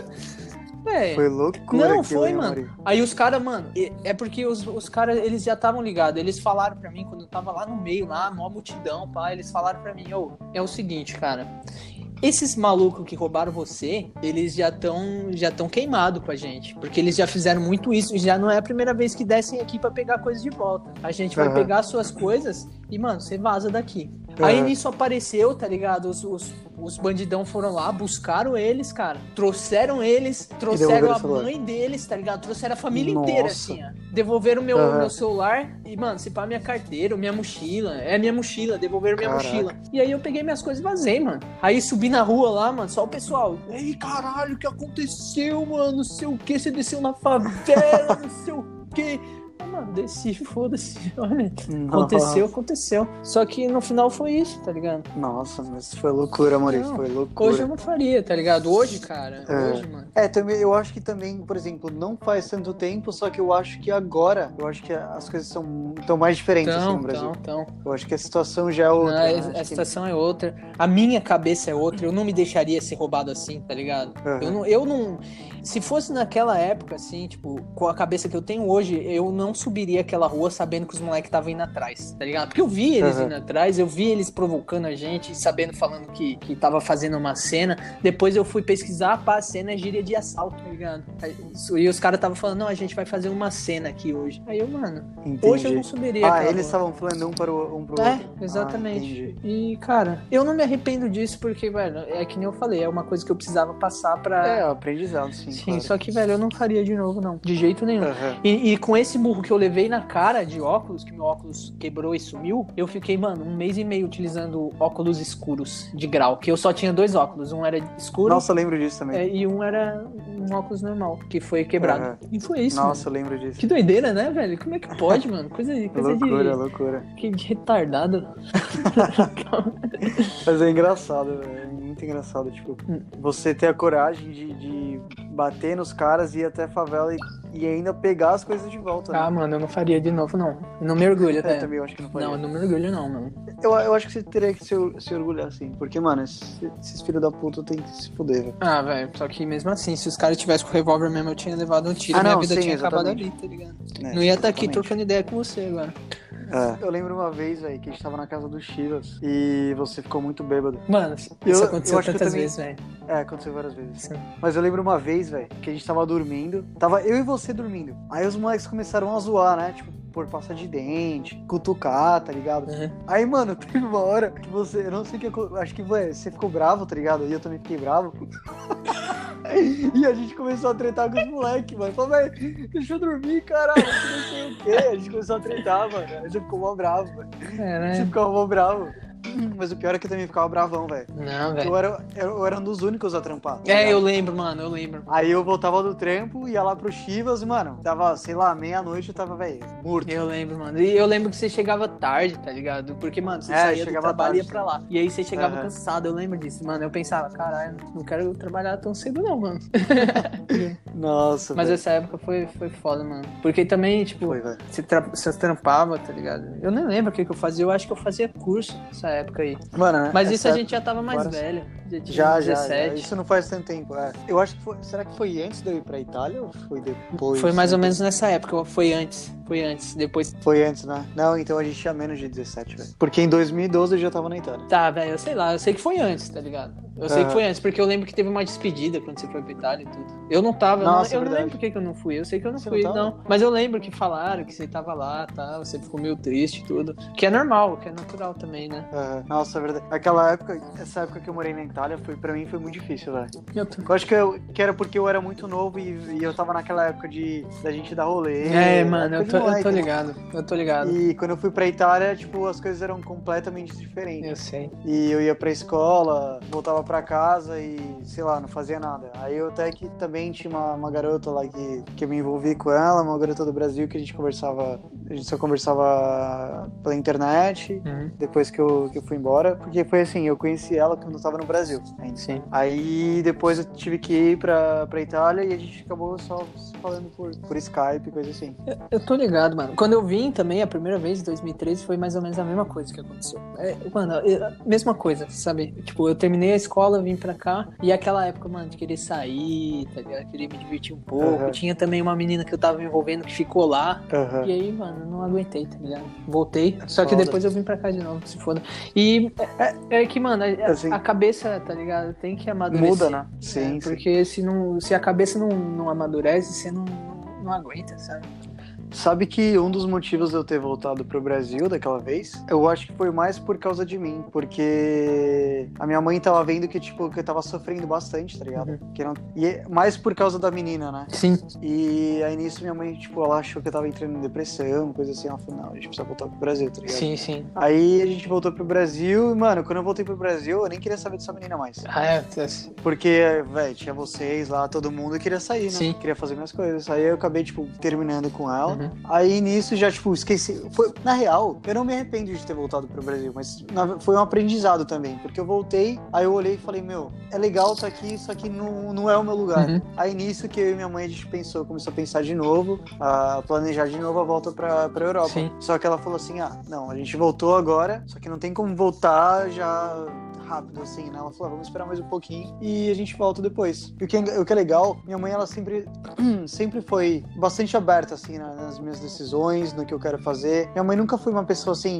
S1: É.
S2: foi loucura
S1: Não,
S2: aquilo,
S1: foi,
S2: hein,
S1: mano.
S2: Amori?
S1: Aí os caras, mano, e- é porque os, os caras, eles já estavam ligados. Eles falaram pra mim, quando eu tava lá no meio, lá, mó multidão, pá, eles falaram pra mim, ô, é o seguinte, cara. Esses malucos que roubaram você, eles já estão já tão queimados com a gente. Porque eles já fizeram muito isso. E já não é a primeira vez que descem aqui pra pegar coisas de volta. A gente vai
S2: Aham.
S1: pegar suas coisas e, mano, você vaza daqui. Aí
S2: Aham.
S1: nisso apareceu, tá ligado? Os, os, os bandidão foram lá, buscaram eles, cara. Trouxeram eles, trouxeram
S2: devolveram
S1: a
S2: o celular.
S1: mãe deles, tá ligado? Trouxeram a família
S2: Nossa.
S1: inteira, assim, ó. Devolveram meu,
S2: Aham.
S1: meu celular e, mano, se pá, minha carteira, minha mochila. É minha mochila, devolveram minha
S2: Caraca.
S1: mochila. E aí eu peguei minhas coisas e vazei, mano. Aí subi na rua lá, mano, só o pessoal. Ei, caralho, o que aconteceu, mano? Não sei o que, você desceu na favela, não sei o que. Ah, mano, desci, foda-se. Olha, aconteceu, aconteceu. Só que no final foi isso, tá ligado?
S2: Nossa, mas foi loucura, Amori.
S1: Não,
S2: Foi loucura.
S1: Hoje eu não faria, tá ligado? Hoje, cara,
S2: É.
S1: hoje, mano.
S2: É, também, eu acho que também, por exemplo, não faz tanto tempo, só que eu acho que agora, eu acho que as coisas são tão mais diferentes assim
S1: Então,
S2: no Brasil.
S1: então, então.
S2: Eu acho que a situação já é outra.
S1: Não,
S2: né?
S1: a-
S2: Acho
S1: a
S2: que-
S1: situação é outra. A minha cabeça é outra. Eu não me deixaria ser roubado assim, tá ligado?
S2: Uhum.
S1: Eu, não, eu não. Se fosse naquela época, assim, tipo, com a cabeça que eu tenho hoje, eu não subiria aquela rua sabendo que os moleques estavam indo atrás, tá ligado? Porque eu vi eles
S2: Uhum.
S1: indo atrás, eu vi eles provocando a gente, sabendo, falando que, que tava fazendo uma cena. Depois eu fui pesquisar, pá, a cena é gíria de assalto, tá ligado? Aí- E os caras estavam falando, não, a gente vai fazer uma cena aqui hoje. Aí eu, mano,
S2: Entendi.
S1: hoje eu não subiria
S2: Ah,
S1: aquela
S2: eles
S1: rua.
S2: estavam falando um para o um pro
S1: É,
S2: outro.
S1: exatamente.
S2: Ah,
S1: E, cara, eu não me arrependo disso porque, velho, é que nem eu falei, é uma coisa que eu precisava passar pra.
S2: é, aprendizado, sim.
S1: Sim,
S2: claro.
S1: só que, velho, eu não faria de novo, não. De jeito nenhum.
S2: Aham.
S1: E, e com esse burro que eu levei na cara de óculos, que meu óculos quebrou e sumiu, eu fiquei, mano, um mês e meio utilizando óculos escuros de grau, que eu só tinha dois óculos, um era escuro
S2: Nossa, eu lembro disso também.
S1: é, e um era um óculos normal, que foi quebrado.
S2: Aham.
S1: E foi isso,
S2: Nossa,
S1: mano.
S2: eu lembro disso.
S1: Que doideira, né, velho? Como é que pode, mano? Coisa, coisa
S2: Loucura,
S1: de...
S2: loucura.
S1: Que de retardado.
S2: Mas é engraçado, velho. É muito engraçado, tipo,
S1: Hum.
S2: você ter a coragem de, de bater nos caras e ir até a favela e, e ainda pegar as coisas de volta, né?
S1: Ah, mano, eu não faria de novo, não. Eu não me orgulho,
S2: É,
S1: velho.
S2: também eu acho que não faria.
S1: Não, eu não me orgulho, não, mano.
S2: Eu, eu acho que você teria que se, se orgulhar, assim. Porque, mano, esses, esses filhos da puta tem que se fuder, velho.
S1: Ah, velho, só que mesmo assim, se os caras tivessem com o revólver mesmo, eu tinha levado um tiro,
S2: Ah,
S1: minha
S2: não,
S1: vida
S2: sim,
S1: tinha acabado
S2: exatamente.
S1: ali, tá ligado?
S2: É,
S1: Não ia estar aqui
S2: exatamente.
S1: trocando ideia com você agora.
S2: É. Eu lembro uma vez, velho, que a gente tava na casa do Chivas e você ficou muito bêbado.
S1: Mano, isso
S2: Eu-
S1: aconteceu
S2: eu acho que eu
S1: tantas
S2: também-
S1: vezes, velho.
S2: É, aconteceu várias vezes.
S1: Sim.
S2: Mas eu lembro uma vez, velho, que a gente tava dormindo. Tava eu e você dormindo. Aí os moleques começaram a zoar, né? Tipo, pôr pasta de dente, cutucar, tá ligado?
S1: Uhum.
S2: Aí, mano, teve uma hora que você... Eu não sei o que... acon- Acho que véio, você ficou bravo, tá ligado? E eu também fiquei bravo. E a gente começou a tretar com os moleques, mano. Falou, velho, deixa eu dormir, caralho. que Não sei o quê. A gente começou a tretar, mano. Aí você ficou mó bravo, mano.
S1: É,
S2: Você
S1: né?
S2: ficou mó bravo. Mas o pior é que eu também ficava bravão, velho.
S1: Não, velho.
S2: Eu era, eu era um dos únicos a trampar. Tá
S1: É,
S2: ligado?
S1: eu lembro, mano, eu lembro.
S2: Aí eu voltava do trampo, ia lá pro Chivas, mano, tava, sei lá, meia-noite eu tava, velho, morto.
S1: Eu lembro, mano. E eu lembro que você chegava tarde, tá ligado? Porque, mano, você
S2: É,
S1: saía do
S2: chegava
S1: trabalho e ia
S2: tarde.
S1: pra lá. E aí você chegava
S2: Aham.
S1: cansado, eu lembro disso. Mano, eu pensava, caralho, não quero trabalhar tão cedo não, mano.
S2: Nossa,
S1: Mas
S2: velho.
S1: essa época foi, foi foda, mano. Porque também, tipo,
S2: Foi, velho.
S1: você, tra você trampava, tá ligado? Eu nem lembro o que, que eu fazia. Eu acho que eu fazia curso nessa época aí.
S2: Mano, né?
S1: Mas
S2: essa
S1: isso a
S2: época-
S1: gente já tava mais
S2: Agora-
S1: velho. Já, tinha
S2: Já, já, já.
S1: dezessete.
S2: Isso não faz tanto tempo, é. Eu acho que foi... Será que foi antes de eu ir pra Itália ou foi depois?
S1: Foi mais ou menos nessa época. Foi antes. Foi antes. Depois...
S2: Foi antes, né? Não, então a gente tinha menos de dezessete, velho. Porque em dois mil e doze eu já tava na Itália.
S1: Tá, velho, eu sei lá. Eu sei que foi antes, tá ligado? Eu sei
S2: Aham.
S1: que foi antes, porque eu lembro que teve uma despedida quando você foi pra Itália e tudo. Eu não tava, eu
S2: Nossa,
S1: não, eu não
S2: verdade.
S1: lembro por que que eu não fui. Eu sei que eu não
S2: Você
S1: fui,
S2: não
S1: não,
S2: tava?
S1: Mas eu lembro que falaram que você tava lá, tá? Você ficou meio triste e tudo. Que é normal, que é natural também, né?
S2: Aham. Nossa, é verdade. Aquela época, essa época que eu morei na Itália, foi, pra mim foi muito difícil, velho.
S1: Eu tô...
S2: Eu acho que, eu, que era porque eu era muito novo e, e eu tava naquela época de da gente dar rolê.
S1: É, mano, eu
S2: época
S1: tô,
S2: de
S1: eu
S2: moleque,
S1: tô
S2: né?
S1: ligado. Eu tô ligado.
S2: E quando eu fui pra Itália, tipo, as coisas eram completamente diferentes.
S1: Eu sei.
S2: E eu ia pra escola, voltava pra casa e, sei lá, não fazia nada. Aí eu até que também tinha uma, uma garota lá que, que eu me envolvi com ela, uma garota do Brasil que a gente conversava, a gente só conversava pela internet,
S1: Uhum.
S2: depois que eu, que eu fui embora, porque foi assim, eu conheci ela quando eu tava no Brasil ainda.
S1: Sim.
S2: Aí depois eu tive que ir pra, pra Itália e a gente acabou só se falando por, por Skype, coisa assim.
S1: Eu, eu tô ligado, mano. Quando eu vim também, a primeira vez, em dois mil e treze, foi mais ou menos a mesma coisa que aconteceu. É, mano, é, mesma coisa, sabe? Tipo, eu terminei a escola, vim pra cá, e aquela época, mano, de querer sair, tá ligado? Querer me divertir um pouco.
S2: Uhum.
S1: Tinha também uma menina que eu tava me envolvendo que ficou lá.
S2: Aham.
S1: E aí, mano, não aguentei, tá ligado? Voltei. Só que
S2: Foda.
S1: depois eu vim pra cá de novo, se foda. E é, é que, mano, a,
S2: Assim,
S1: a cabeça, tá ligado? Tem que amadurecer.
S2: muda, né?
S1: É,
S2: Sim, sim.
S1: porque se, não, se a cabeça não, não amadurece, você não, não aguenta, sabe?
S2: Sabe que um dos motivos de eu ter voltado pro Brasil daquela vez, eu acho que foi mais por causa de mim, porque a minha mãe tava vendo que, tipo, que eu tava sofrendo bastante, tá ligado?
S1: Uhum.
S2: Que não... E é mais por causa da menina, né?
S1: Sim.
S2: E aí nisso minha mãe, tipo, ela achou que eu tava entrando em depressão, coisa assim, ela falou, não, a gente precisa voltar pro Brasil, tá ligado?
S1: Sim, sim.
S2: Aí a gente voltou pro Brasil e, mano, quando eu voltei pro Brasil, eu nem queria saber dessa menina mais.
S1: Ah, é?
S2: Porque, velho, tinha vocês lá, todo mundo queria sair, né?
S1: Sim.
S2: Queria fazer minhas coisas. Aí eu acabei, tipo, terminando com ela.
S1: Uhum.
S2: Aí nisso já, tipo, esqueci. Foi, na real, eu não me arrependo de ter voltado pro Brasil, mas na- foi um aprendizado também. Porque eu voltei, aí eu olhei e falei, meu, é legal estar aqui, só que não, não é o meu lugar.
S1: Uhum.
S2: Aí nisso que eu e minha mãe a gente pensou, começou a pensar de novo, a planejar de novo a volta pra, pra Europa.
S1: Sim.
S2: Só que ela falou assim, ah, não, a gente voltou agora, só que não tem como voltar já rápido, assim, né? Ela falou, ah, vamos esperar mais um pouquinho e a gente volta depois. E o que é, o que é legal, minha mãe, ela sempre, sempre foi bastante aberta, assim, né, nas minhas decisões, no que eu quero fazer. Minha mãe nunca foi uma pessoa, assim,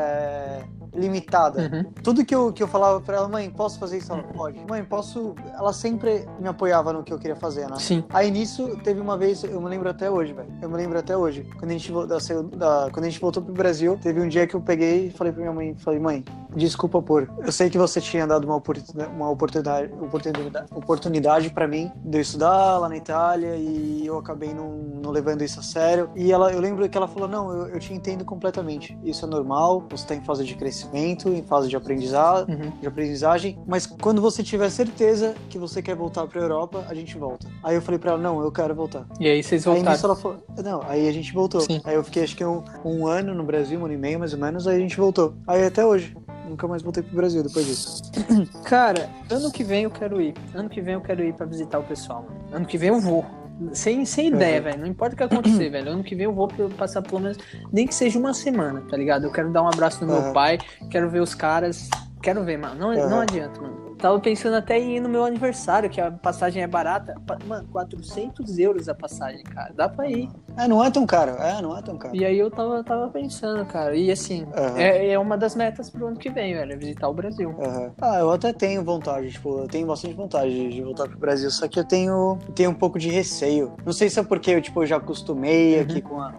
S2: é, limitada.
S1: Uhum.
S2: Tudo que eu, que eu falava pra ela, mãe, posso fazer isso? Ela, pode. Mãe, posso... Ela sempre me apoiava no que eu queria fazer, né?
S1: Sim.
S2: Aí nisso, teve uma vez, eu me lembro até hoje, velho. Eu me lembro até hoje. Quando a gente, vo- da, saiu da- quando a gente voltou pro Brasil, teve um dia que eu peguei e falei pra minha mãe, falei, mãe, desculpa por... Eu sei que você tinha dado uma oportunidade, uma oportunidade, oportunidade, oportunidade pra mim de eu estudar lá na Itália e eu acabei não, não levando isso a sério. E ela, eu lembro que ela falou, não, eu, eu te entendo completamente. Isso é normal, você tá em fase de crescimento, em fase de aprendizado,
S1: Uhum.
S2: de aprendizagem, mas quando você tiver certeza que você quer voltar pra Europa, a gente volta. Aí eu falei pra ela, não, eu quero voltar.
S1: E aí vocês
S2: Aí
S1: voltaram.
S2: nisso ela falou, não, aí a gente voltou.
S1: Sim.
S2: Aí eu fiquei acho que um, um ano no Brasil, um ano e meio mais ou menos, aí a gente voltou. Aí até hoje, nunca mais voltei pro Brasil depois disso.
S1: Cara, ano que vem eu quero ir. Ano que vem eu quero ir pra visitar o pessoal, mano. Ano que vem eu vou. Sem, sem ideia,
S2: Uhum.
S1: velho. Não importa o que acontecer, velho. Ano que vem eu vou pra eu passar pelo menos, nem que seja uma semana, tá ligado? Eu quero dar um abraço no
S2: Uhum.
S1: meu pai, quero ver os caras. Quero ver, mano. Não,
S2: Uhum.
S1: não adianta, mano. Tava pensando até em ir no meu aniversário, que a passagem é barata. Pa- Mano, quatrocentos euros a passagem, cara. Dá pra ir.
S2: É, não é tão caro, é, não é tão caro.
S1: E aí eu tava, tava pensando, cara. E assim,
S2: Uhum.
S1: é, é uma das metas pro ano que vem, velho. É visitar o Brasil.
S2: Uhum. Ah, eu até tenho vontade, tipo, eu tenho bastante vontade de, de voltar pro Brasil, só que eu tenho, tenho um pouco de receio. Não sei se é porque eu, tipo, eu já acostumei
S1: Uhum.
S2: aqui com a,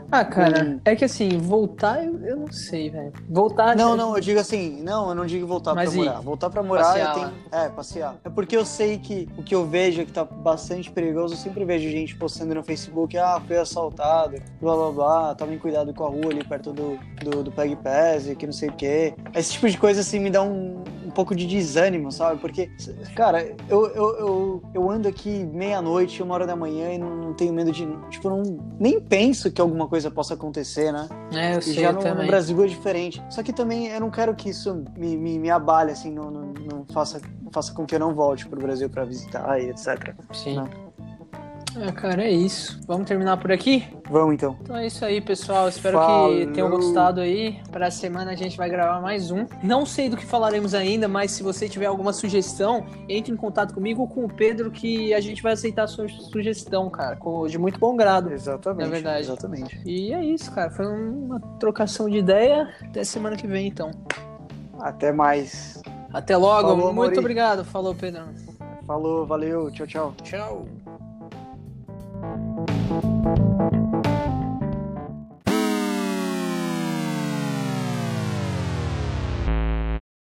S1: Ah, cara,
S2: Hum.
S1: é que assim, voltar eu, eu não sei, velho. Voltar.
S2: Não, não, eu digo assim, não, eu não digo voltar
S1: Mas
S2: pra
S1: e?
S2: morar. Voltar pra morar
S1: Passear
S2: eu tenho.
S1: lá.
S2: É, passear. É porque eu sei que o que eu vejo é que tá bastante perigoso. Eu sempre vejo gente postando no Facebook, ah, fui assaltado, blá blá blá, tomem cuidado com a rua ali perto do, do, do Peg Pass, que não sei o quê. Esse tipo de coisa assim me dá um, um pouco de desânimo, sabe? Porque, cara, eu, eu, eu, eu ando aqui meia-noite, uma hora da manhã e não, não tenho medo de. Tipo, não, nem penso que alguma coisa possa acontecer, né?
S1: É, eu
S2: E
S1: sei,
S2: já
S1: eu
S2: no,
S1: também.
S2: no Brasil é diferente. Só que também eu não quero que isso me, me, me abale, assim, não, não, não faça, faça com que eu não volte pro Brasil pra visitar e etcétera.
S1: Sim.
S2: Né?
S1: Ah, cara, é isso. Vamos terminar por aqui?
S2: Vamos então.
S1: Então é isso aí, pessoal. Espero
S2: Falou.
S1: que tenham gostado aí. Para a semana a gente vai gravar mais um. Não sei do que falaremos ainda, mas se você tiver alguma sugestão, entre em contato comigo ou com o Pedro, que a gente vai aceitar a sua sugestão, cara, com- de muito bom grado.
S2: Exatamente.
S1: Na verdade.
S2: Exatamente.
S1: E é isso, cara. Foi uma trocação de ideia. Até semana que vem, então.
S2: Até mais.
S1: Até logo.
S2: Falou,
S1: Muito
S2: Maurício.
S1: obrigado. Falou, Pedro.
S2: Falou, valeu, tchau, tchau.
S1: Tchau.